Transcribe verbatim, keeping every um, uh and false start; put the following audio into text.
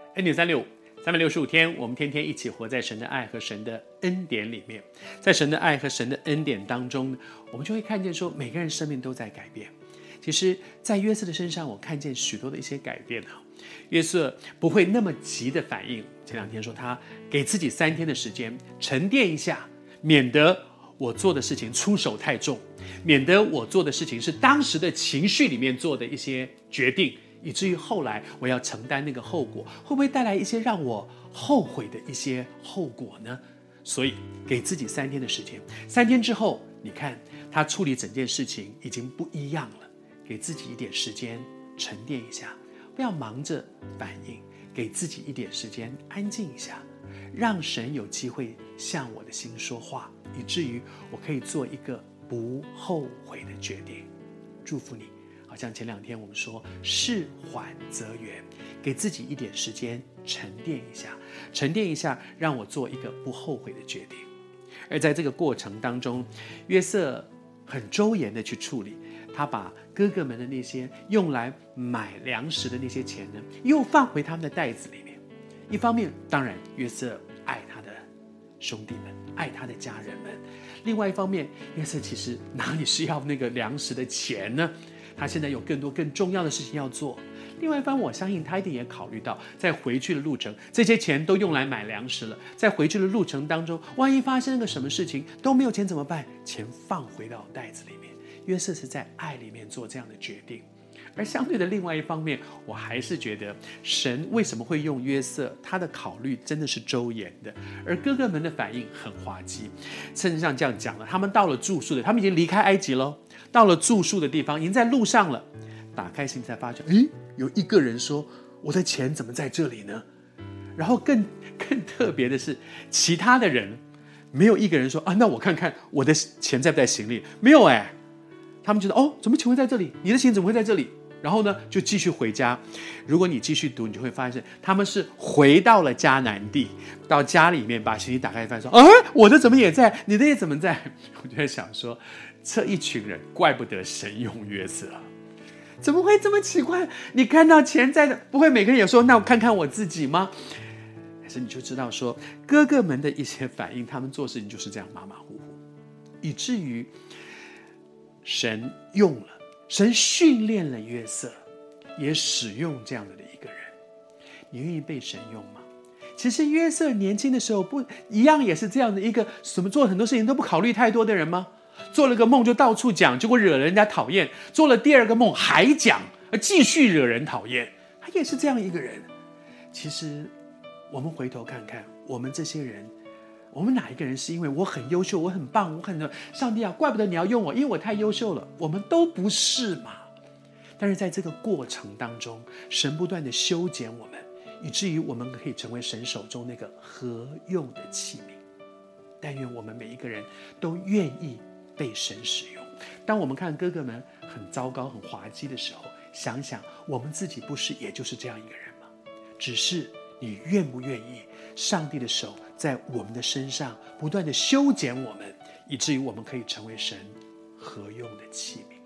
恩典三六五，三百六十五天，我们天天一起活在神的爱和神的恩典里面。在神的爱和神的恩典当中，我们就会看见说，每个人生命都在改变。其实在约瑟的身上，我看见许多的一些改变。约瑟不会那么急的反应。前两天说他给自己三天的时间沉淀一下，免得我做的事情出手太重，免得我做的事情是当时的情绪里面做的一些决定，以至于后来我要承担那个后果，会不会带来一些让我后悔的一些后果呢？所以给自己三天的时间，三天之后，你看他处理整件事情已经不一样了。给自己一点时间沉淀一下，不要忙着反应，给自己一点时间安静一下，让神有机会向我的心说话，以至于我可以做一个不后悔的决定。祝福你，好像前两天我们说事缓则圆，给自己一点时间沉淀一下，沉淀一下，让我做一个不后悔的决定。而在这个过程当中，约瑟很周延的去处理，他把哥哥们的那些用来买粮食的那些钱呢，又放回他们的袋子里面。一方面，当然约瑟爱他的兄弟们，爱他的家人们；另外一方面，约瑟其实哪里是要那个粮食的钱呢？他现在有更多更重要的事情要做。另外一方面，我相信他一定也考虑到，在回去的路程，这些钱都用来买粮食了，在回去的路程当中，万一发生个什么事情都没有钱怎么办？钱放回到袋子里面。约瑟是在爱里面做这样的决定。而相对的另外一方面，我还是觉得神为什么会用约瑟，他的考虑真的是周延的，而哥哥们的反应很滑稽。甚至像这样讲了，他们到了住宿的，他们已经离开埃及了，到了住宿的地方，已经在路上了，打开心才发觉，诶，有一个人说，我的钱怎么在这里呢？然后更更特别的是，其他的人没有一个人说啊，那我看看我的钱在不在行李，没有哎。他们觉得哦，怎么钱会在这里？你的钱怎么会在这里？然后呢，就继续回家。如果你继续读，你就会发现他们是回到了迦南地，到家里面把行李打开，发现说，哎，我的怎么也在？你的也怎么在？我就在想说，这一群人怪不得神用约瑟，怎么会这么奇怪？你看到钱在的，不会每个人也说，那我看看我自己吗？可是你就知道说，哥哥们的一些反应，他们做事情就是这样马马虎虎，以至于神用了，神训练了约瑟，也使用这样的一个人。你愿意被神用吗？其实约瑟年轻的时候不一样，也是这样的一个什么做很多事情都不考虑太多的人吗？做了个梦就到处讲，结果惹人家讨厌；做了第二个梦还讲，继续惹人讨厌。他也是这样一个人。其实我们回头看看，我们这些人，我们哪一个人是因为我很优秀，我很棒，我很上帝啊，怪不得你要用我，因为我太优秀了。我们都不是嘛。但是在这个过程当中，神不断的修剪我们，以至于我们可以成为神手中那个合用的器皿。但愿我们每一个人都愿意被神使用。当我们看哥哥们很糟糕、很滑稽的时候，想想我们自己不是也就是这样一个人吗？只是你愿不愿意上帝的手在我们的身上不断的修剪我们，以至于我们可以成为神合用的器皿。